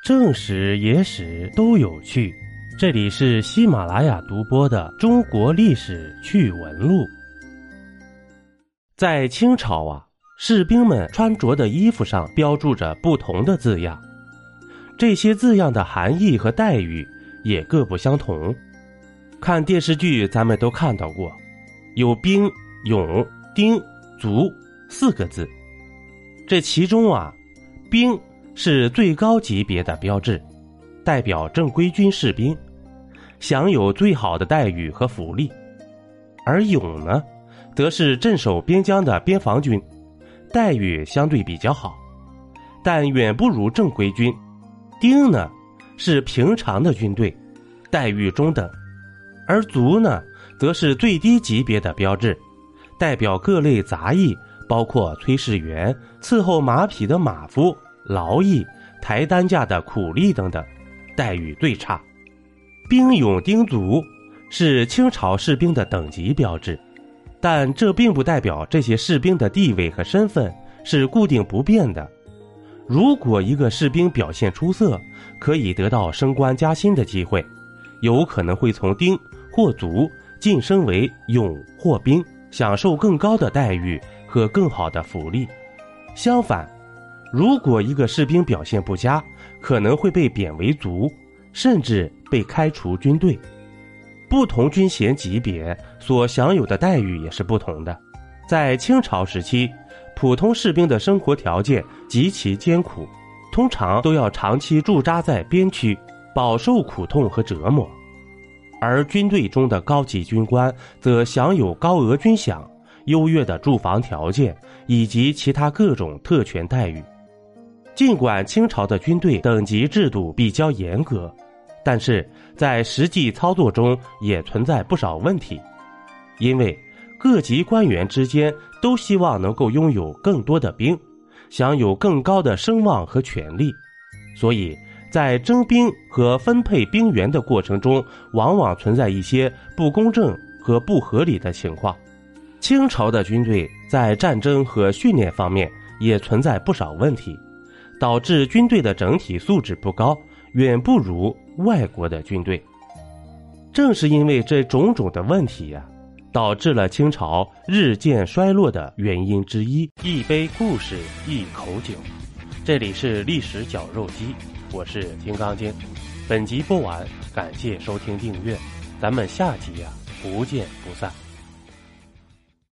正史、野史都有趣，这里是喜马拉雅独播的中国历史趣闻录。在清朝士兵们穿着的衣服上标注着不同的字样，这些字样的含义和待遇也各不相同。看电视剧咱们都看到过，有兵、勇、丁、卒4个字。这其中兵是最高级别的标志，代表正规军士兵，享有最好的待遇和福利。而勇呢，则是镇守边疆的边防军，待遇相对比较好，但远不如正规军。丁呢，是平常的军队，待遇中等。而卒呢，则是最低级别的标志，代表各类杂役，包括炊事员、伺候马匹的马夫、劳役、抬担架的苦力等等，待遇最差。兵、勇、丁、卒是清朝士兵的等级标志，但这并不代表这些士兵的地位和身份是固定不变的。如果一个士兵表现出色，可以得到升官加薪的机会，有可能会从丁或卒晋升为勇或兵，享受更高的待遇和更好的福利。相反，如果一个士兵表现不佳，可能会被贬为卒，甚至被开除军队。不同军衔级别所享有的待遇也是不同的。在清朝时期，普通士兵的生活条件极其艰苦，通常都要长期驻扎在边区，饱受苦痛和折磨。而军队中的高级军官则享有高额军饷、优越的住房条件以及其他各种特权待遇。尽管清朝的军队等级制度比较严格，但是在实际操作中也存在不少问题。因为各级官员之间都希望能够拥有更多的兵，享有更高的声望和权力，所以在征兵和分配兵员的过程中，往往存在一些不公正和不合理的情况。清朝的军队在战争和训练方面也存在不少问题，导致军队的整体素质不高，远不如外国的军队。正是因为这种种的问题导致了清朝日渐衰落的原因之一。一杯故事，一口酒，这里是历史绞肉机，我是金刚经。本集播完，感谢收听订阅，咱们下集不见不散。